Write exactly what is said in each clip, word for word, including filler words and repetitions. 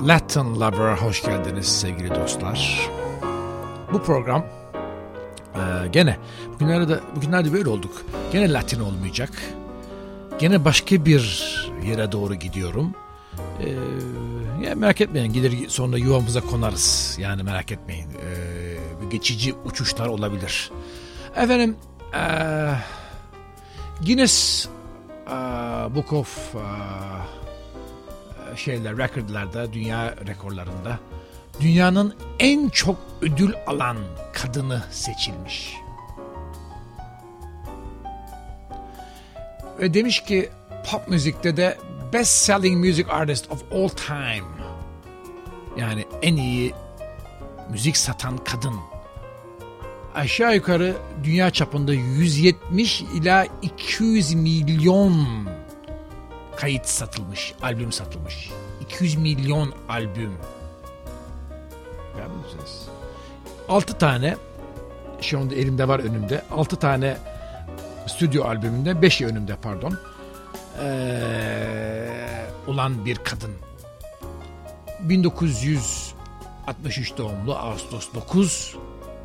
Latin Lover'a hoş geldiniz sevgili dostlar. Bu program e, gene bugünlerde, bugünlerde böyle olduk. Gene Latin olmayacak. Gene başka bir yere doğru gidiyorum. E, ya merak etmeyin, gelir sonra yuvamıza konarız. Yani merak etmeyin. E, geçici uçuşlar olabilir. Efendim e, Guinness e, Book of e, şeyler, rekordlarda, dünya rekorlarında dünyanın en çok ödül alan kadını seçilmiş. Ve demiş ki pop müzikte de best selling music artist of all time. Yani en iyi müzik satan kadın. Aşağı yukarı dünya çapında yüz yetmiş ila iki yüz milyon kayıt satılmış, albüm satılmış. iki yüz milyon albüm. Görüyor musunuz? altı tane, şu anda elimde var önümde, altı tane stüdyo albümünde, beşi önümde pardon, ee, olan bir kadın. bin dokuz yüz altmış üç doğumlu, Ağustos dokuz.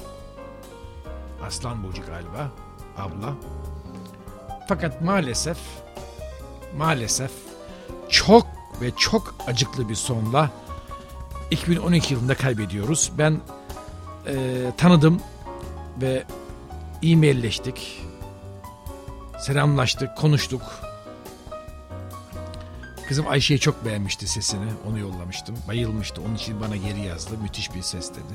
Aslan Burcu galiba, abla. Fakat maalesef, maalesef çok ve çok acıklı bir sonla iki bin on iki yılında kaybediyoruz. Ben e, tanıdım ve e-mailleştik, selamlaştık, konuştuk. Kızım Ayşe'yi çok beğenmişti sesini, onu yollamıştım. Bayılmıştı, onun için bana geri yazdı. Müthiş bir ses dedi.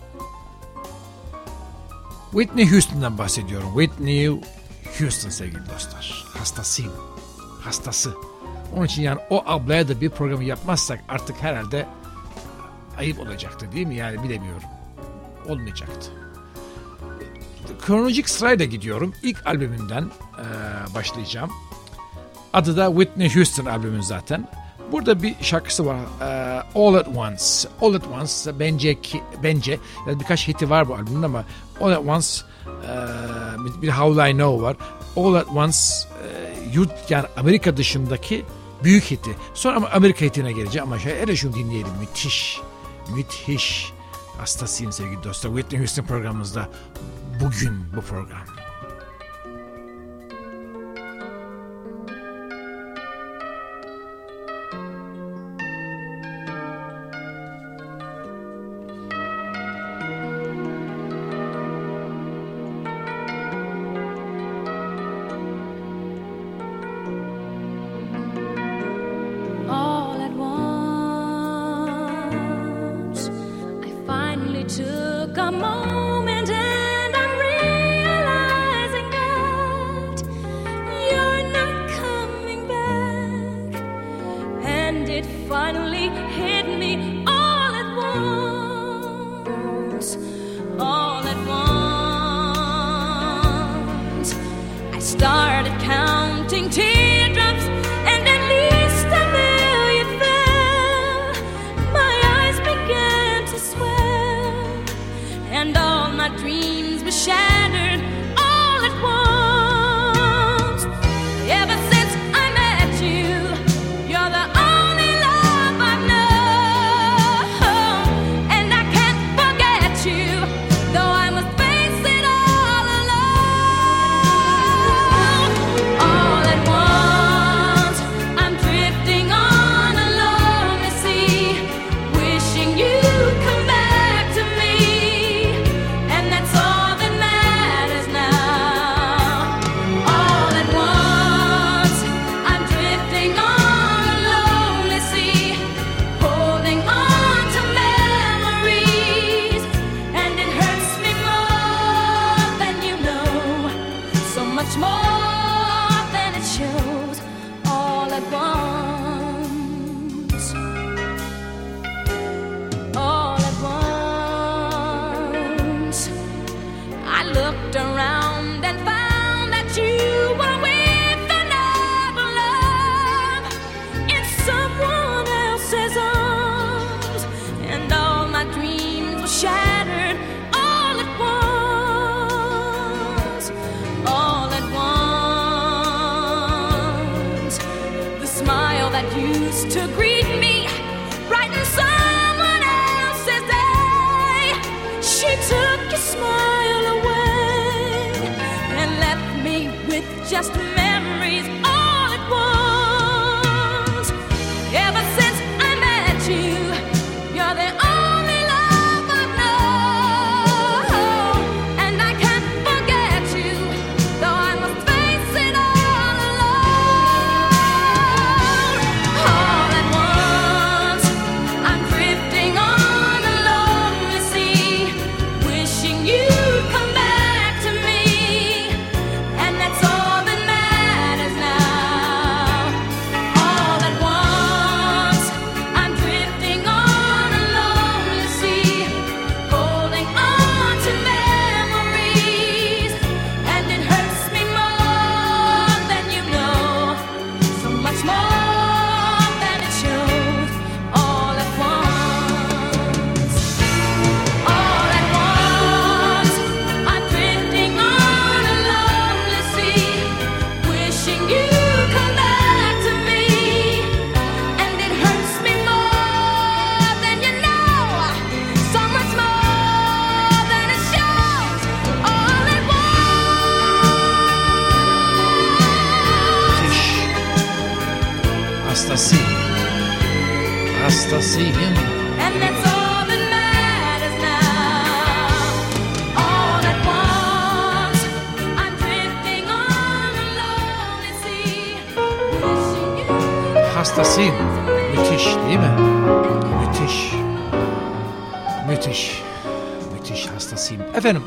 Whitney Houston'dan bahsediyorum. Whitney Houston sevgili dostlar. Hastasıyım. Hastası. Onun için yani o ablaya da bir programı yapmazsak artık herhalde ayıp olacaktı değil mi? Yani bilemiyorum. Olmayacaktı. Kronolojik sırayla gidiyorum. İlk albümünden e, başlayacağım. Adı da Whitney Houston albümün zaten. Burada bir şarkısı var. E, All at Once. All at Once bence ki, bence yani birkaç hiti var bu albümün ama All at Once e, bir How I Know var. All at Once e, yurt yani Amerika dışındaki büyük hiti. Sonra ama Amerika hitine geleceğim ama şey, hele şunu dinleyelim. Müthiş, müthiş. Hastasıyım sevgili dostlar. Whitney Houston programımızda bugün bu program. Took a moment and I'm realizing that you're not coming back, and it finally hit me all at once, all at once. I started counting teardrops and at least a million fell. My eyes began to swell and all my dreams were shattered all at once. Ever since I met you, you're the only love I've known, and I can't forget you, though I must face it all alone. All at once, I'm drifting on a lonely sea, wishing you'd come back to me. That's all that matters now. All at once, I'm drifting on a lonely sea, holding on to memories, and it hurts me more than you know, so much more than it shows. All at once, all at once. I looked around and found that you were with another love in someone else's arms, and all my dreams were shattered all at once, all at once. The smile that used to greet me brightened so just memories all at once. Ever since I met you, you're the only love I know, and I can't forget you, though I must face it all alone. All at once, I'm drifting on a lonely sea, wishing you'd come back to me, and that's all that matters now. All at once, I'm drifting on a lonely sea, holding on to memories, and it hurts me more than you know, so much more than it shows. All at once, all at once, I'm drifting on a lonely sea, wishing you'd come back to me, and it hurts me more than you know, so much more than it shows. All at once. Müthiş. Hastasıyım. Hastasıyım. And that's all that matters now. All at once, I'm drifting on a lonely sea, wishing you. Hastasıyım. Müthiş değil mi? Müthiş. Müthiş. Müthiş hastasıyım. Efendim,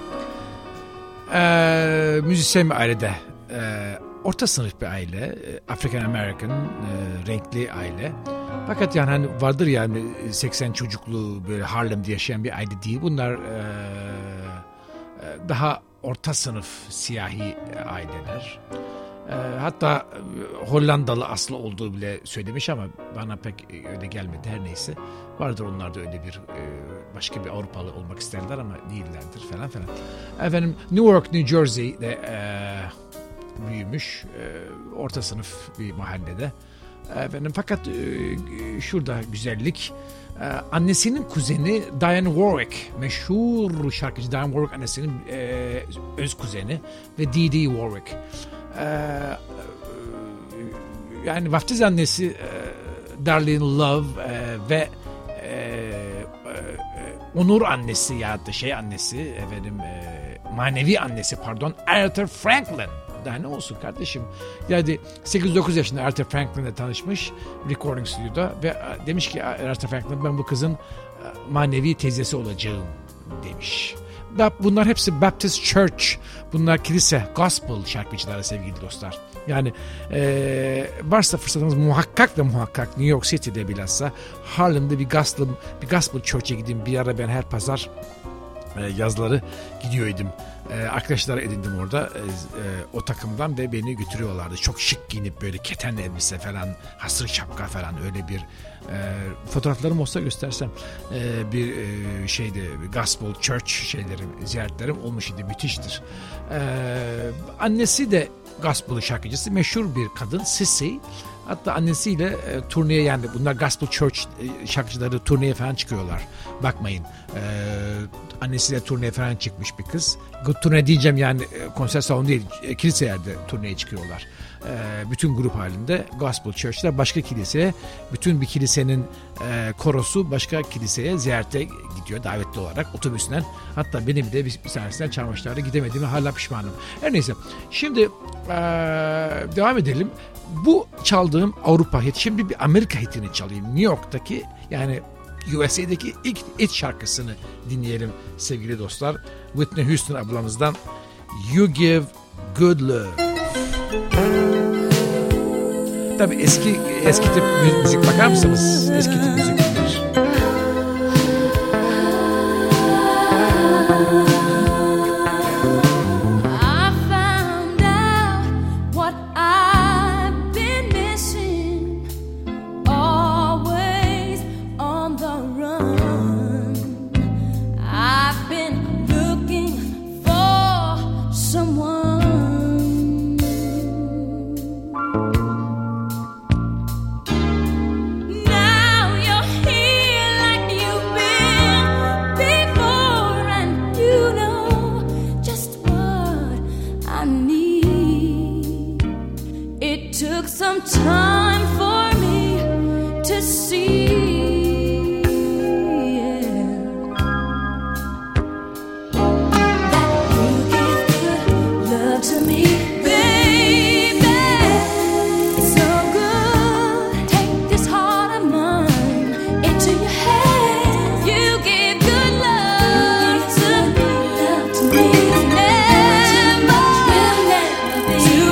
eee müzisyen bir ailede, eee, orta sınıf bir aile, eee, African American, eee, renkli aile. Fakat yani hani vardır yani seksen çocuklu böyle Harlem'de yaşayan bir aile değil. Bunlar eee, eee, daha orta sınıf siyahi aileler. Eee, hatta eee, Hollandalı aslı olduğu bile söylemiş ama bana pek öyle gelmedi, her neyse. Vardır onlarda öyle bir eee, başka bir Avrupalı olmak isterler ama değillerdir falan falan. Efendim New York, New Jersey'de eee, büyümüş, eee, orta sınıf bir mahallede. Efendim fakat eee, şurada güzellik. Eee, annesinin kuzeni Diane Warwick, meşhur şarkıcı Diane Warwick annesinin eee, öz kuzeni ve Dee Dee Warwick. Eee, yani vaftiz annesi eee, Darlene Love eee, ve eee, eee, onur annesi ya da şey annesi efendim eee, manevi annesi pardon Aretha Franklin. Daha ne olsun kardeşim. Yani sekiz dokuz yaşında Aretha Franklin'le tanışmış recording stüdyoda ve demiş ki Aretha Franklin, ben bu kızın manevi teyzesi olacağım demiş. Bunlar hepsi Baptist Church, bunlar kilise, gospel şarkıcıları sevgili dostlar. Yani e, varsa fırsatınız muhakkak ve muhakkak New York City'de bilhassa Harlem'de bir gospel, bir gospel church'e gidin. Bir ara ben her pazar e, yazları gidiyordum. E, arkadaşlar edindim orada e, e, o takımdan ve beni götürüyorlardı. Çok şık giyinip böyle keten elbise falan, hasır şapka falan, öyle bir e, fotoğraflarım olsa göstersem e, bir e, şeyde gospel church şeylerim, ziyaretlerim olmuş idi, müthiştir. E, annesi de gospel şarkıcısı, meşhur bir kadın Sissy. Hatta annesiyle e, turneye, yani bunlar gospel church e, şarkıcıları turneye falan çıkıyorlar. Bakmayın. E, annesiyle turneye falan çıkmış bir kız. Turne diyeceğim yani e, konser salonu değil. E, kilise yerde turneye çıkıyorlar. E, bütün grup halinde gospel church'ler başka kiliseye, bütün bir kilisenin e, korosu başka kiliseye ziyarete gidiyor davetli olarak otobüsünden. Hatta benim de bir, bir tanesinden çarmıhlarla gidemediğime hala pişmanım. Her neyse. Şimdi e, devam edelim. Bu çaldığım Avrupa hit, şimdi bir Amerika hitini çalayım. New York'taki, yani U S A'daki ilk hit şarkısını dinleyelim sevgili dostlar. Whitney Houston ablamızdan You Give Good Love. Tabii eski eski tip müzik, bakar mısınız? Eski tip müzikler. Now you're here. some time for me to see that you give good love to me, baby. It's so good. Take this heart of mine into your hands. You give good love to me, love to me. Never too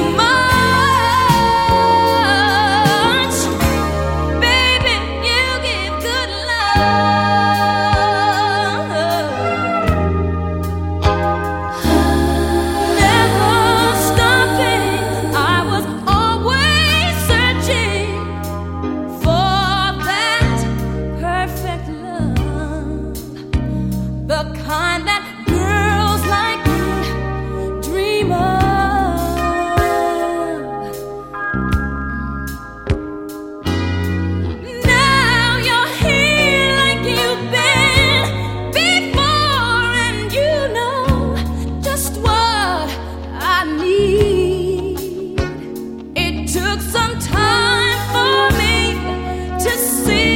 much, baby. You give good love. Never stopping. I was always searching for that perfect love, the kind that girls like me dream of. Now you're here like you've been before, and you know just what I need. It took some time for me to see.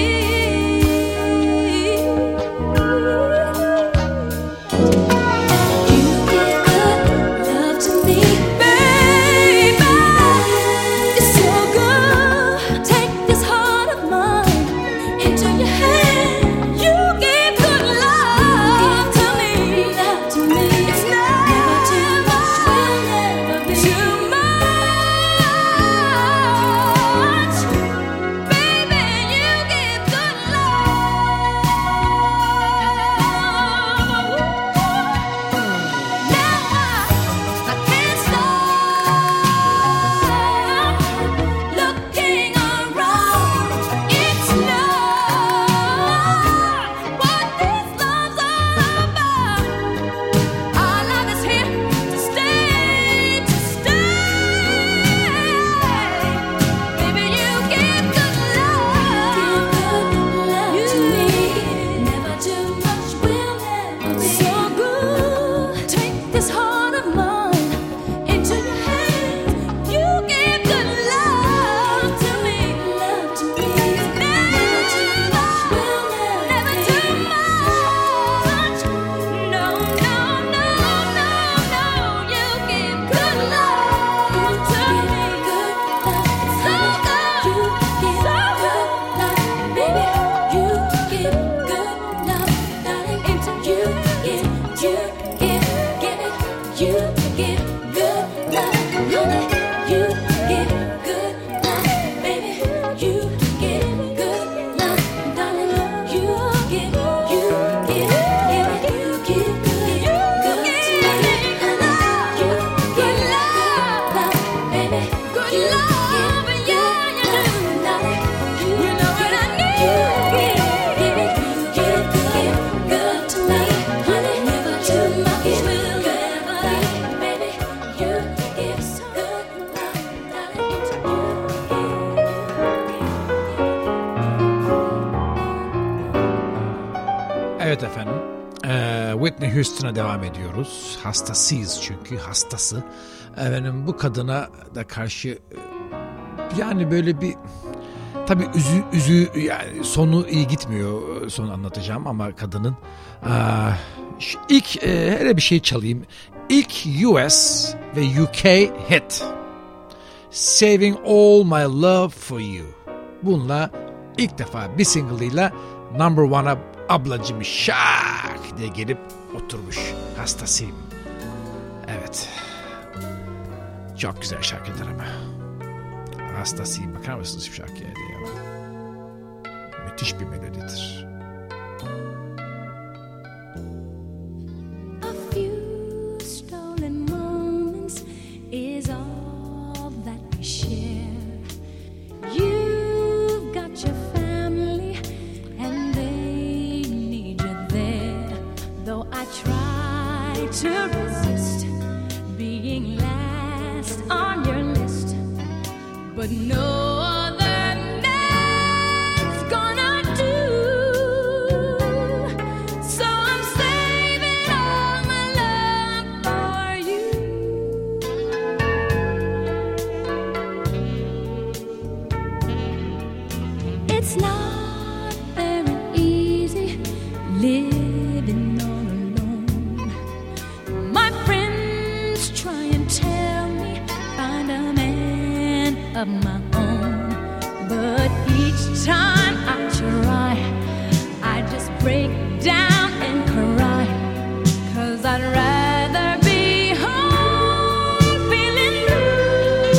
You give good love to me, baby. It's so good. Take this heart of mine into your hand. You give good love to me, love to me. It's never too much, will never be too much, baby. You give good love. Now I can't stop looking around. It's love, what this love's all about. Our love is here to stay, to stay. Baby, you give good love. Give good love to me. Never too much, will never be so good. Take this heart of mine into your hands. You give good love to me, love to me. Never too much, will never too much. No, no, no, no, no. You give good love to me, good love. So good, you give good love, baby. You give good love, darling. Into you give, you give, give it. You give good love, honey. You give good love, baby. You give good love, darling. You give, you give, give it. You give good, good to me, honey. You give good love, baby. Good love, yeah, you do, darling. You know what I need. You give, give it. You give good to me, honey. Never too much, will never be, baby. You give so good love, darling. Into you Evet efendim. Ee, Whitney Houston'a devam ediyoruz. Hastasıyız çünkü hastası. Efendim bu kadına da karşı e, yani böyle bir tabii üzü, üzü yani sonu iyi gitmiyor, sonu anlatacağım ama kadının aa, ş- ilk e, hele bir şey çalayım. İlk U S ve U K hit Saving All My Love For You. Bununla ilk defa bir single'ıyla number one'a ablacım şak diye gelip oturmuş. Hastasıyım. Evet. Çok güzel şarkıdır ama. Hastasıyım. Bakar mısınız şu şarkıya diye. Müthiş bir melodidir. A few stolen moments is all that we share. You've got your family and they need you there. Though I try to resist being last on your list, but no other man's gonna do. So I'm saving all my love for you. It's not very easy living all alone. My friends try and tell me find a man of my own, but each time I try, I just break down and cry, 'cause I'd rather be home feeling blue.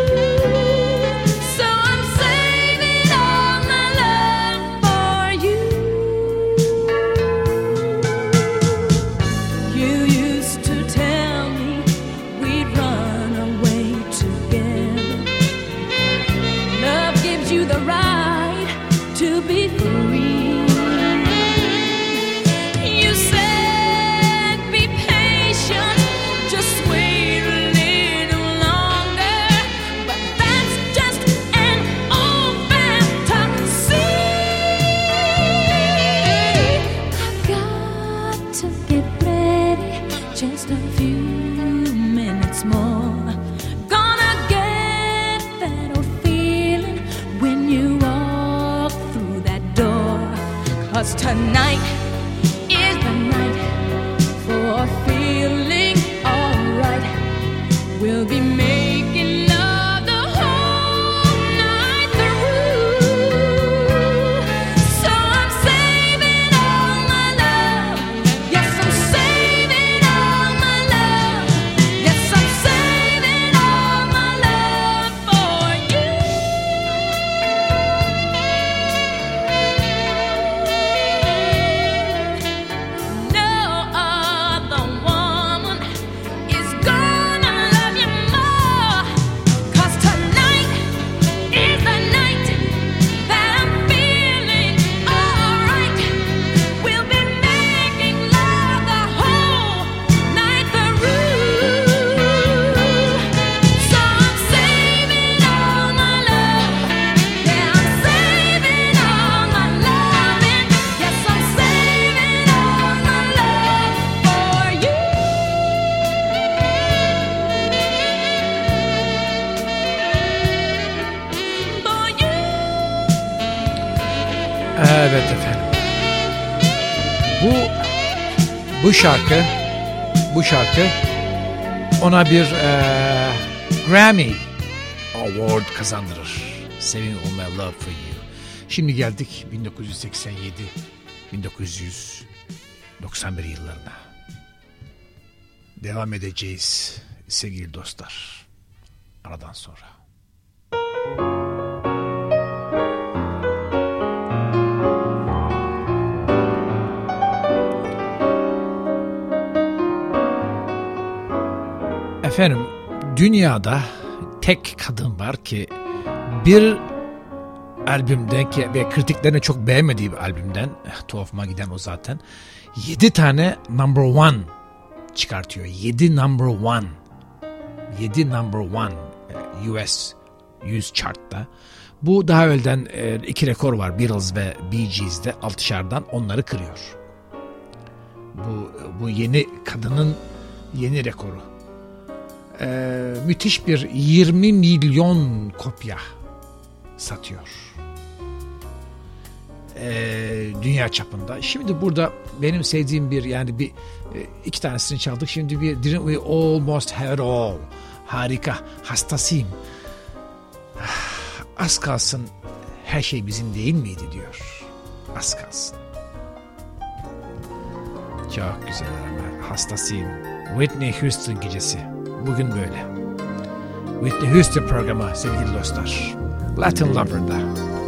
So I'm saving all my love for you. You used to tell me we'd run away together. Love gives you the right to be free. You said be patient, just wait a little longer, but that's just an old fantasy. I've got to get ready, just a few minutes more. Gonna get that old feeling when you walk through that door. 'Cause tonight is the night for feeling alright. We'll be making love the whole night through. So I'm saving all my love. Yes, I'm saving all my love. Yes, I'm saving all my love for you. No other woman is gonna love you more. 'Cause tonight is the night that I'm feeling alright. We'll be making love the whole night through. So I'm saving all my love. Yeah, I'm saving all my loving. Yes, I'm saving all my love for you. For you. Evet efendim. Bu bu şarkı bu şarkı ona bir eee, Grammy Award kazandırır. Saving All My Love For You. Şimdi geldik bin dokuz yüz seksen yedi bin dokuz yüz doksan bir yıllarına. Devam edeceğiz sevgili dostlar. Aradan sonra. Efendim, dünyada tek kadın var ki bir albümden ki ve kritiklerine çok beğenmediği bir albümden, tuhafıma giden o zaten, yedi tane number one çıkartıyor. Yedi number one. Yedi number one U S yüz chart'ta. Bu daha evvelden e, iki rekor var. Beatles ve Bee Gees'de altışardan onları kırıyor. Bu bu yeni kadının yeni rekoru. Ee, müthiş bir yirmi milyon kopya satıyor. Ee, dünya çapında. Şimdi burada benim sevdiğim bir yani bir iki tanesini çaldık. Şimdi bir Didn't We Almost Have It All. Harika. Hastasıyım. Az kalsın her şey bizim değil miydi diyor. Az kalsın. Çok güzel ama hastasıyım. Whitney Houston gecesi. Bugün böyle. Whitney Houston programı sevgili dostlar. Latin Lover'da.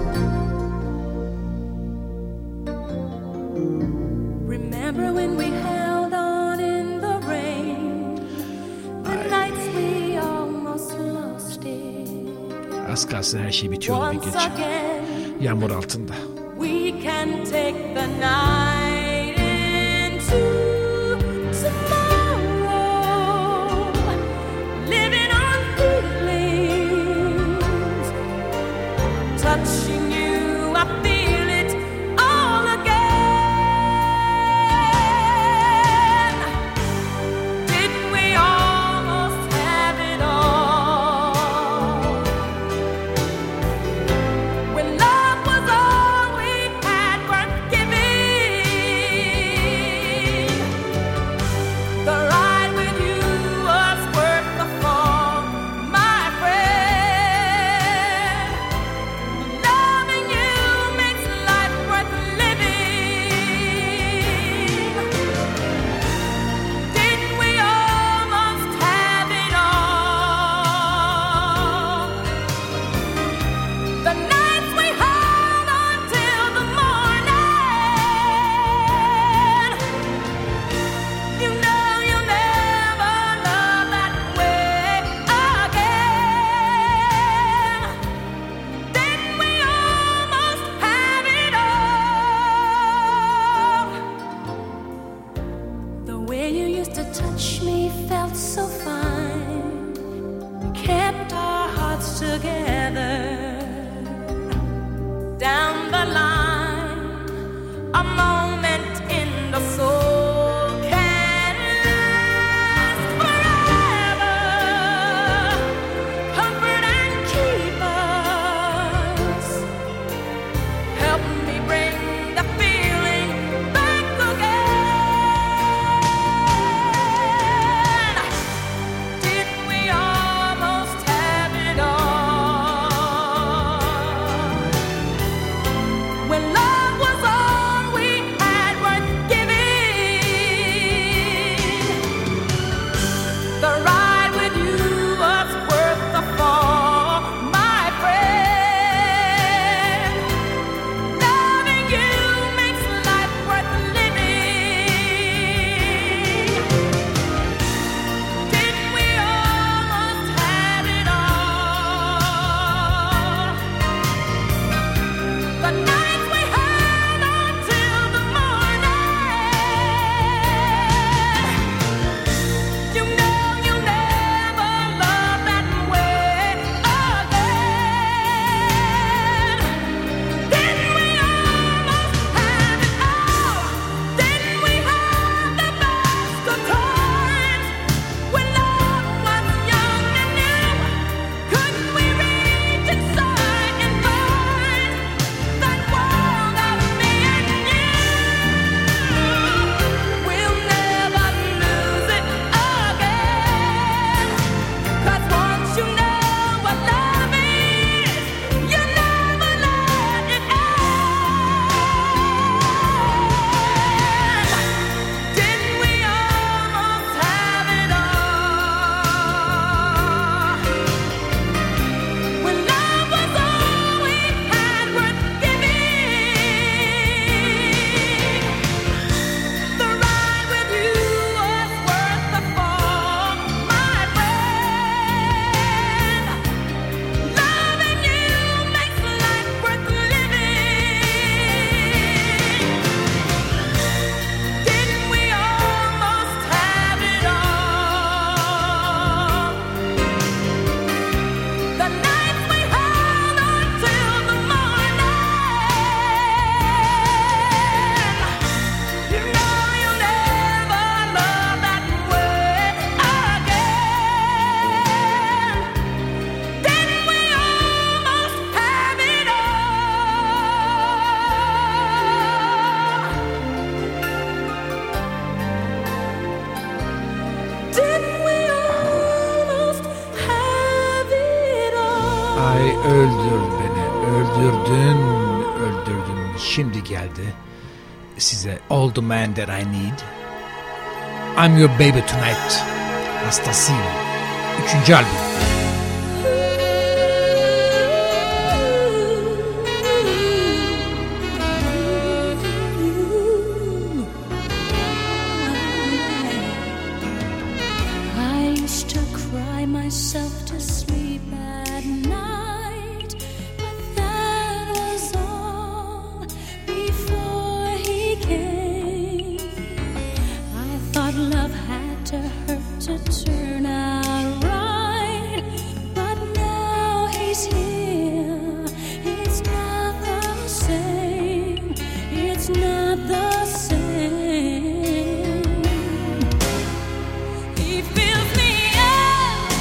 Remember when we held on in the rain, the nights we almost lost it. Az kalsın her şey bitiyordu bir Once gece. again, Yağmur altında. we can take the night into tomorrow, living on feelings, touching you, I feel it all again. Didn't we almost have it all? When love was all öldür beni, öldürdün, öldürdün. Şimdi geldi size All the Man That I Need. I'm Your Baby Tonight. Hastasıyım. Üçüncü albüm. Myself to sleep at night, but that was all before he came. I thought love had to hurt to turn out right, but now he's here. It's not the same. It's not the same. He fills me up.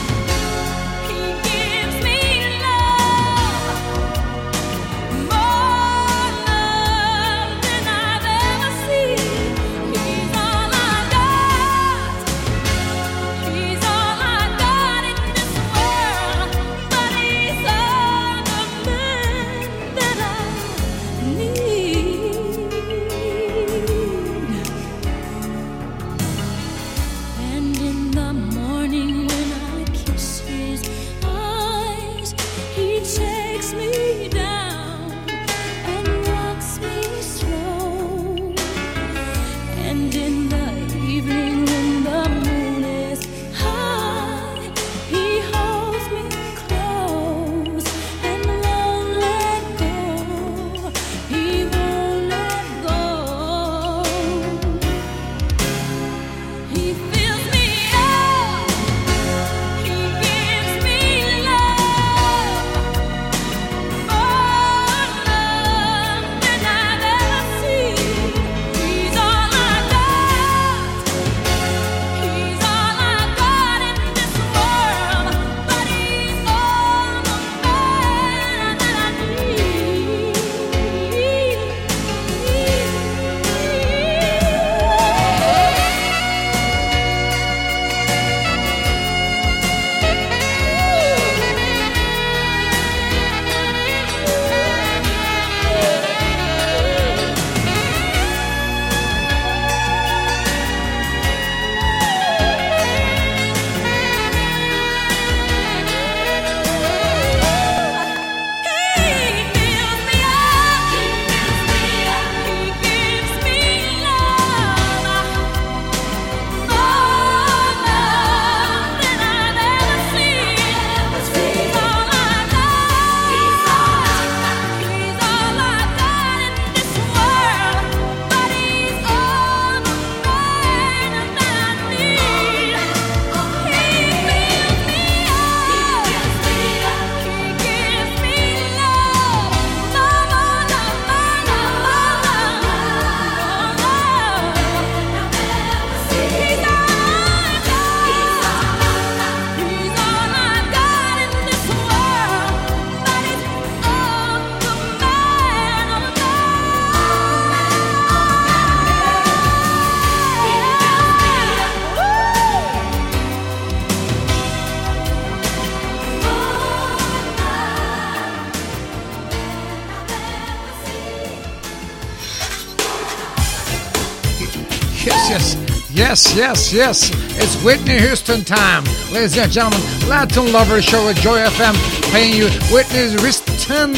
yes, yes, yes, yes. It's Whitney Houston time. Ladies and gentlemen, Latin Lover Show at Joy F M playing you Whitney Houston,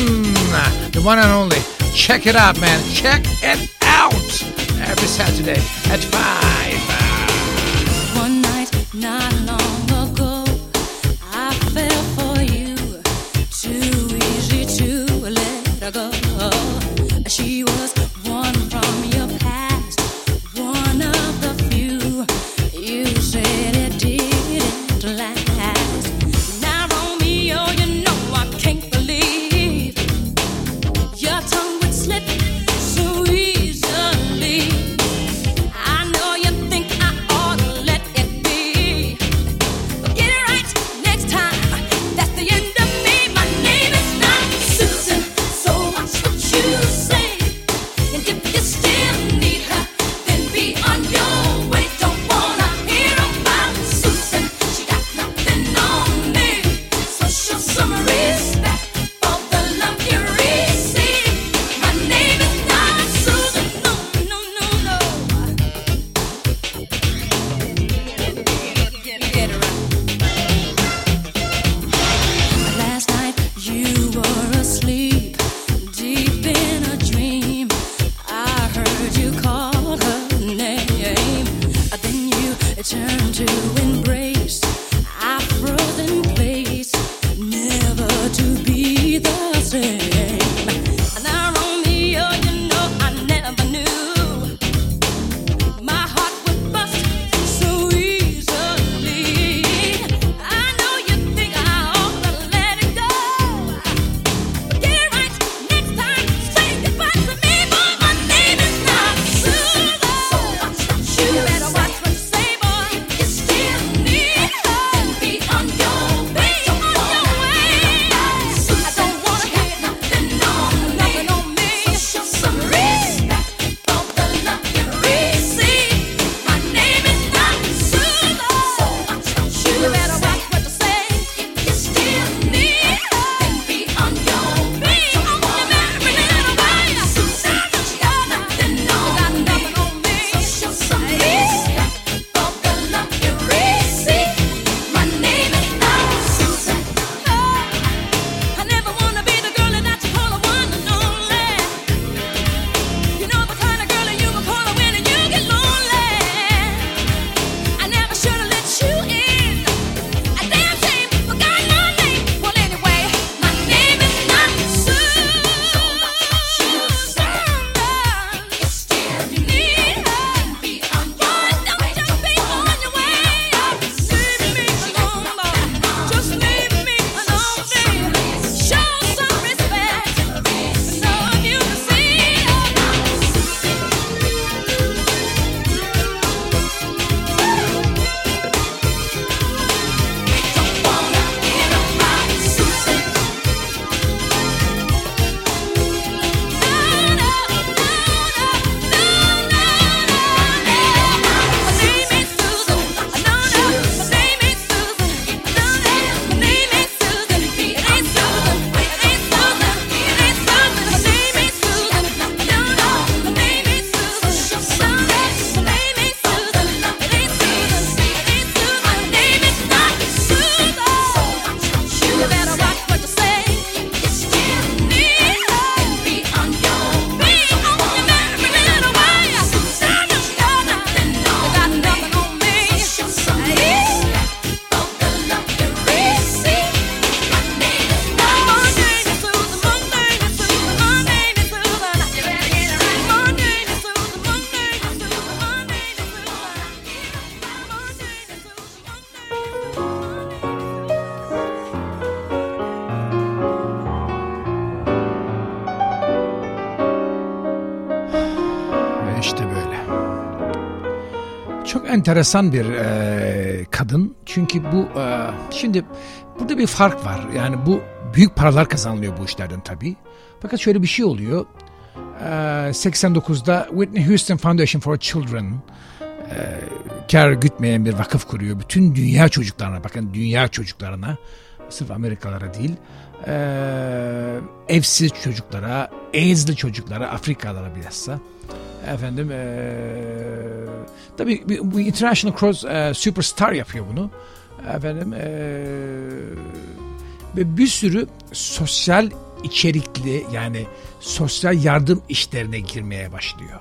the one and only. Check it out, man. Check it out. Every Saturday at five. One night, not long ago, I fell for you. Too easy to let go. She was one from your past, one of the few. You said it didn't last. Now, Romeo, you know I can't believe your tongue would slip so easily. I know you think enteresan bir e, kadın. Çünkü bu e, şimdi burada bir fark var. Yani bu büyük paralar kazanılıyor bu işlerden tabii. Fakat şöyle bir şey oluyor. E, seksen dokuzda Whitney Houston Foundation for Children e, kar gütmeyen bir vakıf kuruyor. Bütün dünya çocuklarına, bakın dünya çocuklarına, sırf Amerikalara değil, e, evsiz çocuklara, AIDS'li çocuklara, Afrikalara bilhassa. Efendim ee, tabii bu International Cross e, Superstar yapıyor bunu. Efendim ee, ve bir sürü sosyal içerikli, yani sosyal yardım işlerine girmeye başlıyor.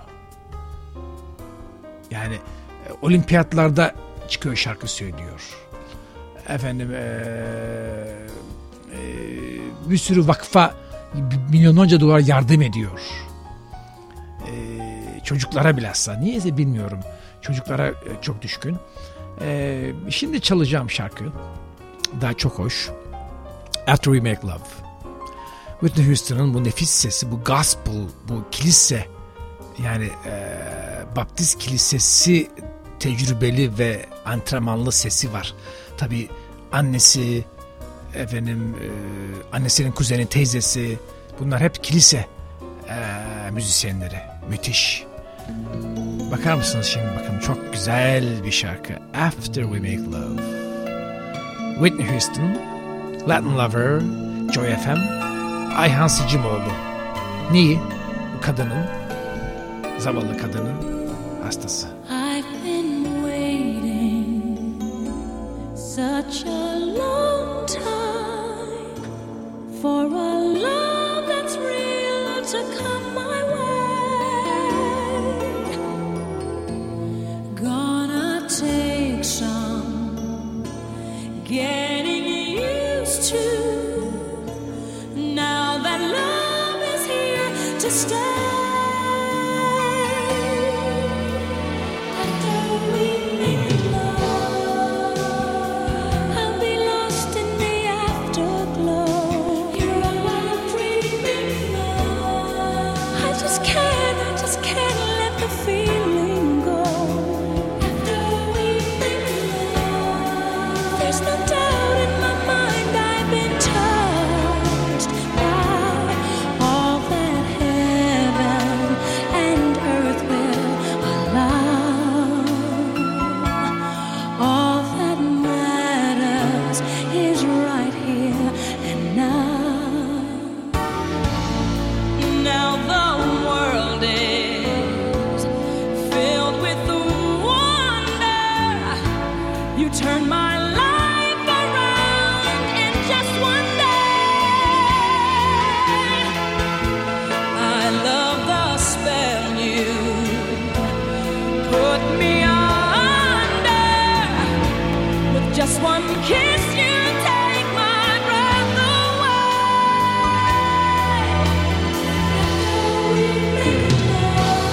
Yani e, olimpiyatlarda çıkıyor, şarkı söylüyor. Efendim ee, e, bir sürü vakfa milyonlarca dolar yardım ediyor. Çocuklara bilhassa. Niyeyse bilmiyorum. Çocuklara çok düşkün. Ee, şimdi çalacağım şarkı daha çok hoş. After We Make Love. Whitney Houston'ın bu nefis sesi, bu gospel, bu kilise, yani e, Baptist kilisesi tecrübeli ve antrenmanlı sesi var. Tabii annesi, efendim e, annesinin kuzeni, teyzesi, bunlar hep kilise e, müzisyenleri. Müthiş. Bakar mısınız şimdi, bakın çok güzel bir şarkı. After We Make Love. Whitney Houston, Latin Lover, Joy F M, Ayhan Sicimoğlu. Niye? Bu kadının, zavallı kadının hastası. I've been waiting such a long time for a love that's real to come my way. Gonna take some getting used to. Now that love is here to stay.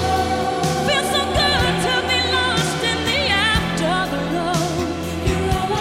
You're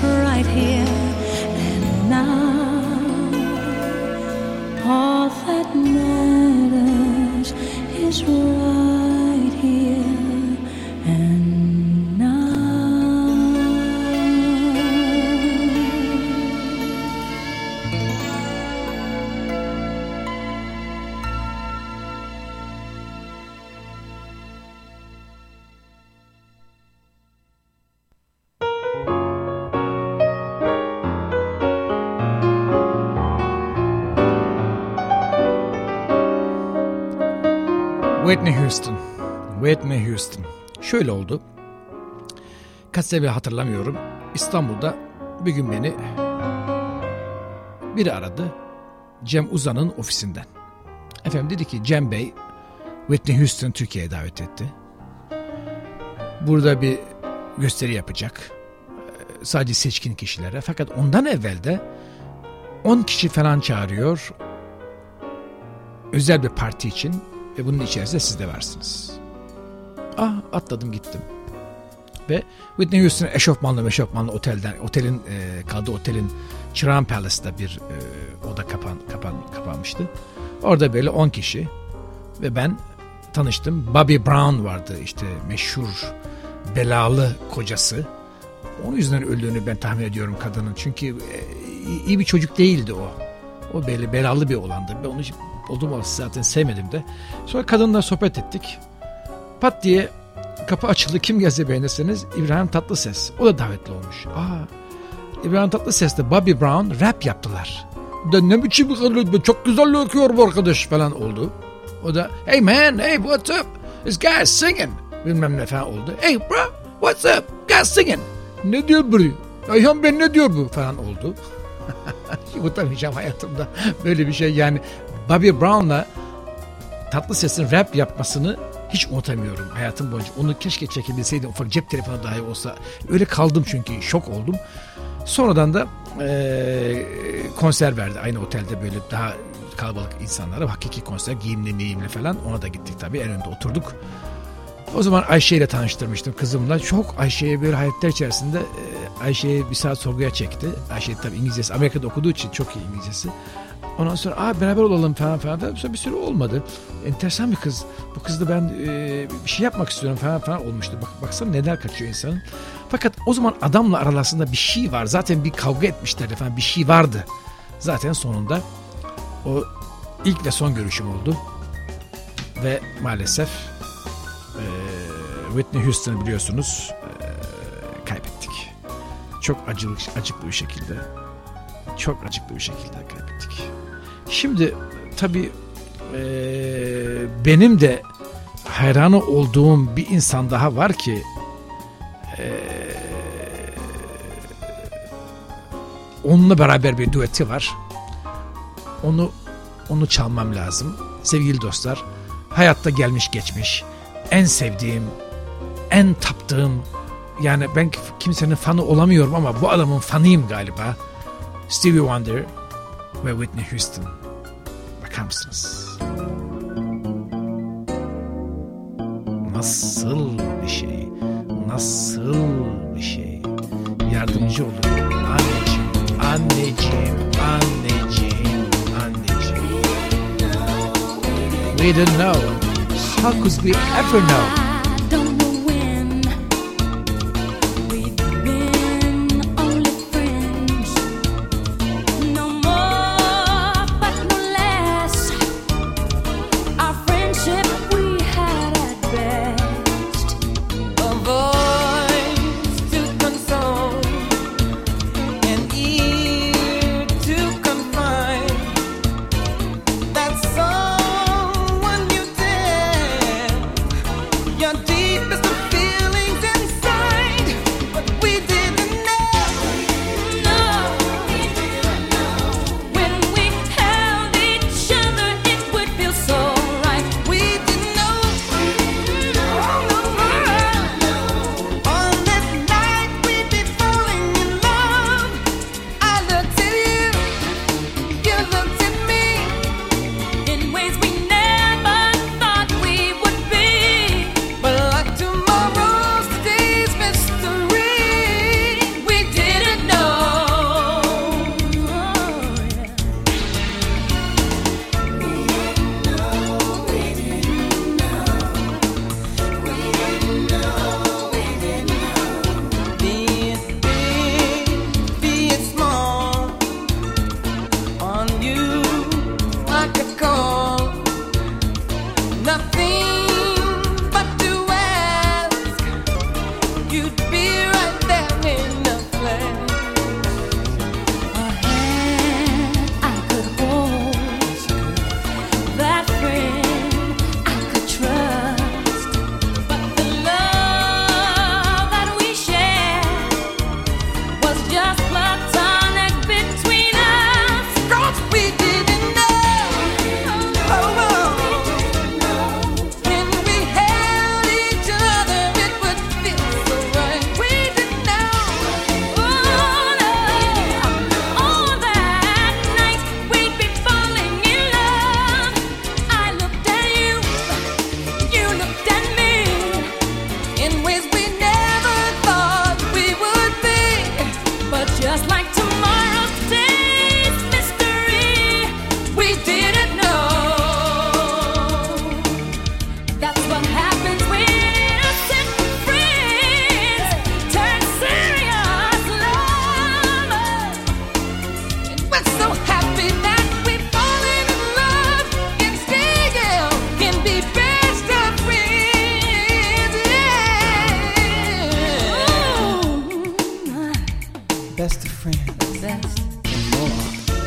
right here and now. All that matters is right here and now. Whitney Houston. Whitney Houston. Şöyle oldu. Kaç sene hatırlamıyorum. İstanbul'da bir gün beni biri aradı. Cem Uzan'ın ofisinden. Efendim dedi ki Cem Bey Whitney Houston Türkiye'ye davet etti. Burada bir gösteri yapacak. Sadece seçkin kişilere. Fakat ondan evvel de on kişi falan çağırıyor. Özel bir parti için. Ve bunun içerisinde siz de varsınız. Ah atladım gittim. Ve Whitney Houston eşofmanlı meşofmanlı otelden, otelin e, kaldığı otelin Çırağan Palace'da bir e, oda kapan, kapan, kapanmıştı. Orada böyle on kişi ve ben tanıştım. Bobby Brown vardı işte meşhur belalı kocası. Onun yüzünden öldüğünü ben tahmin ediyorum kadının. Çünkü e, iyi bir çocuk değildi o. O böyle belalı bir olandı. Ben onu olduğum olası zaten sevmedim de. Sonra kadınla sohbet ettik. Pat diye kapı açıldı. Kim gelse beğenirseniz İbrahim Tatlıses. O da davetli olmuş. Aa, İbrahim Tatlıses'le Bobby Brown rap yaptılar. Da ne biçim bir kadın, çok güzel okuyor bu arkadaş falan oldu. O da hey man, hey what's up? This guy's singing. Bilmem ne falan oldu. Hey bro, what's up? Guy's singing. Ne diyor bu? Ayhan ben ne diyor bu falan oldu. Unutamayacağım hayatımda böyle bir şey yani. Bobby Brown'la Tatlıses'in rap yapmasını hiç unutamıyorum hayatım boyunca. Onu keşke çekebilseydim, ufak cep telefonu dahi olsa. Öyle kaldım çünkü şok oldum. Sonradan da e, konser verdi aynı otelde böyle daha kalabalık insanlara. Hakiki konser giyimli neyimli falan, ona da gittik tabii, en önde oturduk. O zaman Ayşe ile tanıştırmıştım kızımla. Çok Ayşe'ye böyle hayretler içerisinde e, Ayşe'yi bir saat sorguya çekti. Ayşe tabii İngilizcesi, Amerika'da okuduğu için çok iyi İngilizcesi. Ondan sonra Aa, beraber olalım falan falan. Sonra bir süre olmadı. Enteresan bir kız. Bu kızla ben e, bir şey yapmak istiyorum falan falan olmuştu. Bak, baksana neler kaçıyor insanın. Fakat o zaman adamla aralarında bir şey var. Zaten bir kavga etmişlerdi falan. Bir şey vardı. Zaten sonunda o ilk ve son görüşüm oldu. Ve maalesef e, Whitney Houston'ı biliyorsunuz e, kaybettik. Çok acılı, acıklı bir şekilde. Çok acıklı bir şekilde kaybettik. Şimdi tabii e, benim de hayranı olduğum bir insan daha var ki e, onunla beraber bir düeti var. Onu onu çalmam lazım. Sevgili dostlar, hayatta gelmiş geçmiş en sevdiğim, en taptığım, yani ben kimsenin fanı olamıyorum ama bu adamın fanıyım galiba. Stevie Wonder ve Whitney Houston. Bakar mısınız? Nasıl bir şey? Nasıl bir şey? Yardımcı olun. Anneciğim, anneciğim, anneciğim, anneciğim. We didn't know. How could we ever know? Deepest best of friends. Best. And more.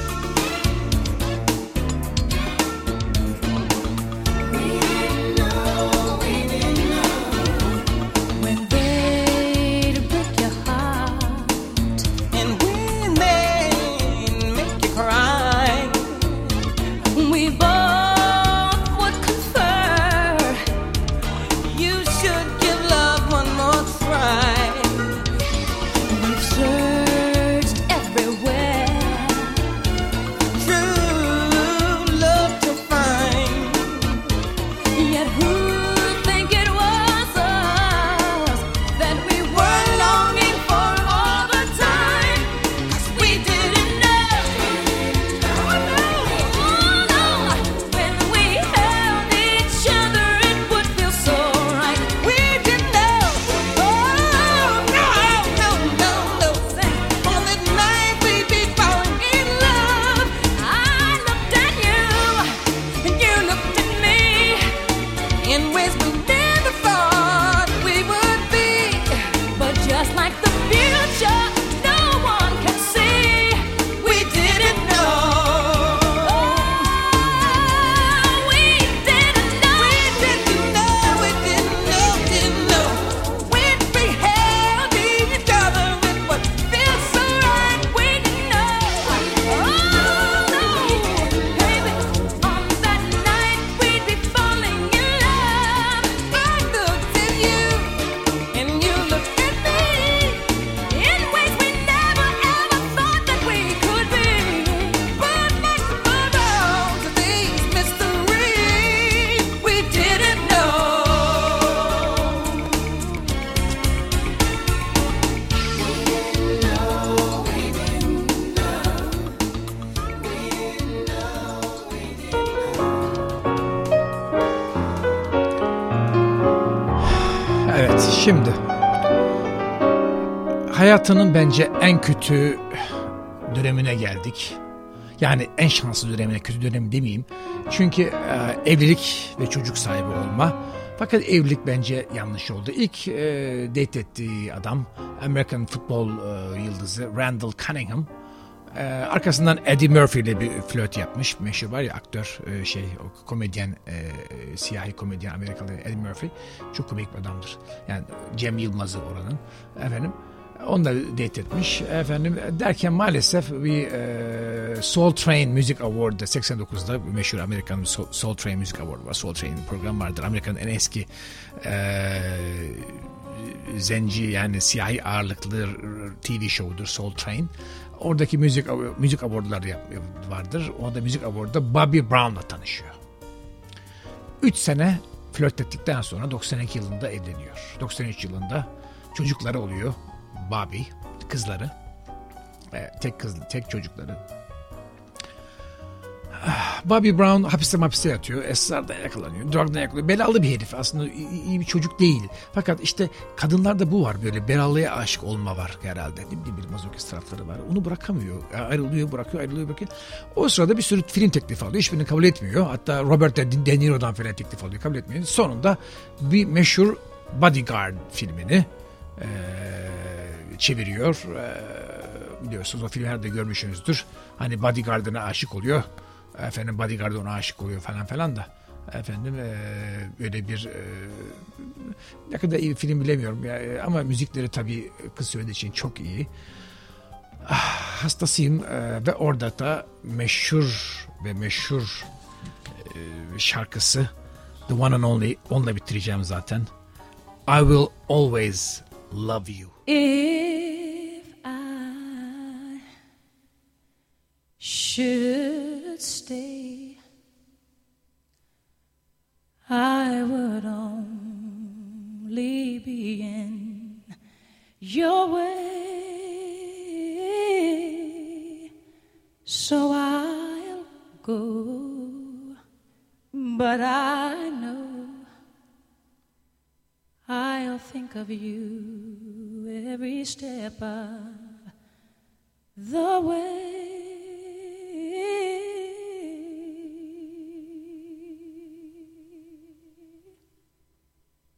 Şimdi hayatının bence en kötü dönemine geldik. Yani en şanslı dönemine, kötü dönem demeyeyim. Çünkü e, evlilik ve çocuk sahibi olma. Fakat evlilik bence yanlış oldu. İlk e, date ettiği adam American futbol e, yıldızı Randall Cunningham. E, arkasından Eddie Murphy ile bir flört yapmış. Meşhur var ya aktör, e, şey o komedyen, e, siyahi komedyen Amerikalı Eddie Murphy. Çok komik bir adamdır. Yani Cem Yılmaz'ı oranın. Efendim onunla date etmiş. Efendim derken maalesef bir e, Soul Train Music Award'da seksen dokuzda meşhur Amerikan Soul, Soul Train Music Award var. Soul Train program vardır. Amerika'nın en eski e, zenci yani siyahi ağırlıklı T V show'dur Soul Train. Oradaki müzik müzik awardları vardır. Orada müzik award'da Bobby Brown'la tanışıyor. üç sene flört ettikten sonra doksan iki yılında evleniyor. doksan üç yılında çocukları oluyor. Bobby, kızları, tek kız, tek çocukları. Bobby Brown hapiste hapiste yatıyor. Esrar'da yakalanıyor. Drug'dan yakalanıyor. Belalı bir herif. Aslında iyi bir çocuk değil. Fakat işte kadınlarda bu var. Böyle belalıya aşık olma var herhalde. Bir, bir mazokist tarafları var. Onu bırakamıyor. Ayrılıyor, bırakıyor, ayrılıyor, bırakıyor. O sırada bir sürü film teklifi alıyor. Hiçbirini kabul etmiyor. Hatta Robert De Niro'dan falan teklif alıyor. Kabul etmiyor. Sonunda bir meşhur Bodyguard filmini Ee, çeviriyor. Ee, biliyorsunuz o filmi herhalde görmüşsünüzdür. Hani bodyguardına aşık oluyor. Efendim bodyguard ona aşık oluyor falan falan da. Efendim e, böyle bir e, ne kadar iyi bir film bilemiyorum. Ya, ama müzikleri tabii kız söylediği için çok iyi. Ah, hastasıyım ee, ve orada da meşhur ve meşhur e, şarkısı The One and Only, onunla bitireceğim zaten. I will always love you. If I should stay, I would only be in your way, so I'll go, but I know I'll think of you every step of the way.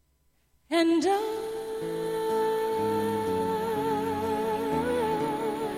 And I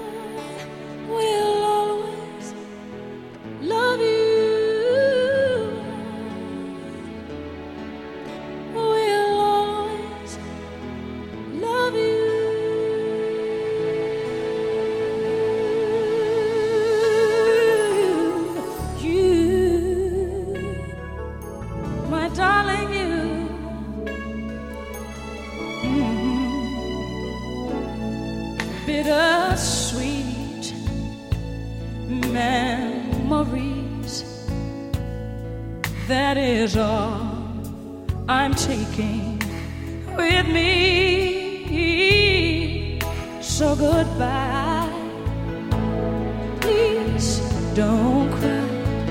bittersweet memories. That is all I'm taking with me. So goodbye. Please don't cry.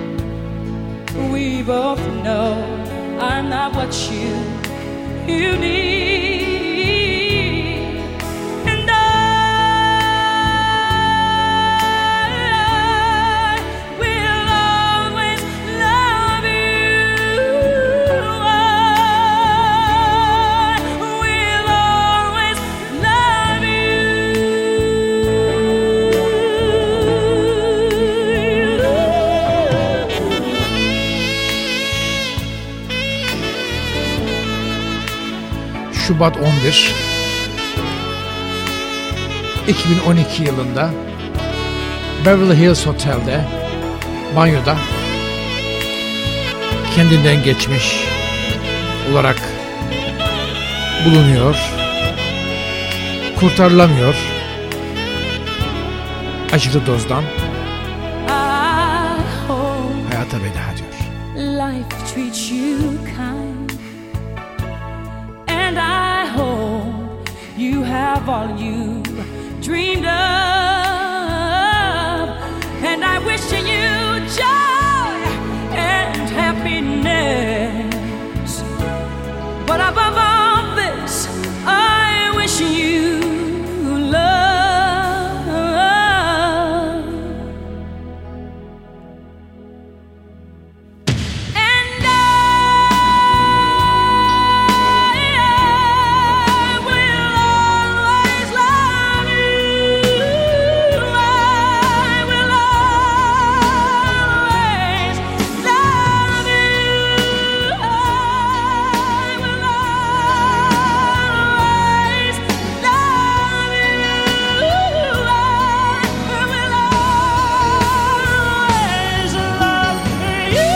We both know I'm not what you you need. And I will always love you. I will always love Şubat on bir iki bin on iki yılında Beverly Hills Hotel'de banyoda kendinden geçmiş olarak bulunuyor. Kurtarılamıyor. Acılı dozdan I hope hayata veda ediyor. life treats you kind, and I hope you have all you dreamed of, and I wish you joy and happiness. But above all this, I wish you love. And I will always love you. I will always love you. I will always love you. I will always love you.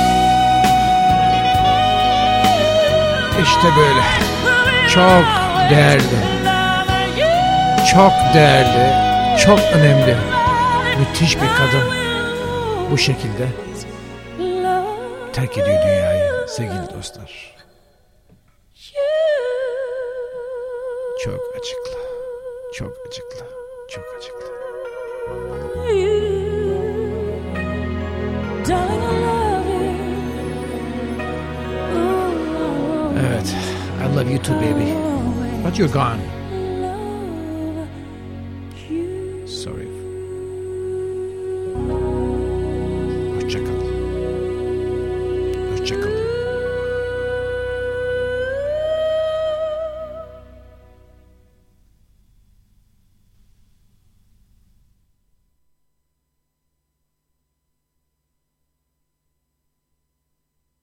İşte böyle. Çok değerli. Çok değerli. Çok önemli. Müthiş bir kadın. Bu şekilde terk ediyor dünyayı sevgili dostlar. Çok acıklı. Çok acıklı. Çok acıklı. Darling, I love you. Ooh, Evet. I love you too baby. But you're gone.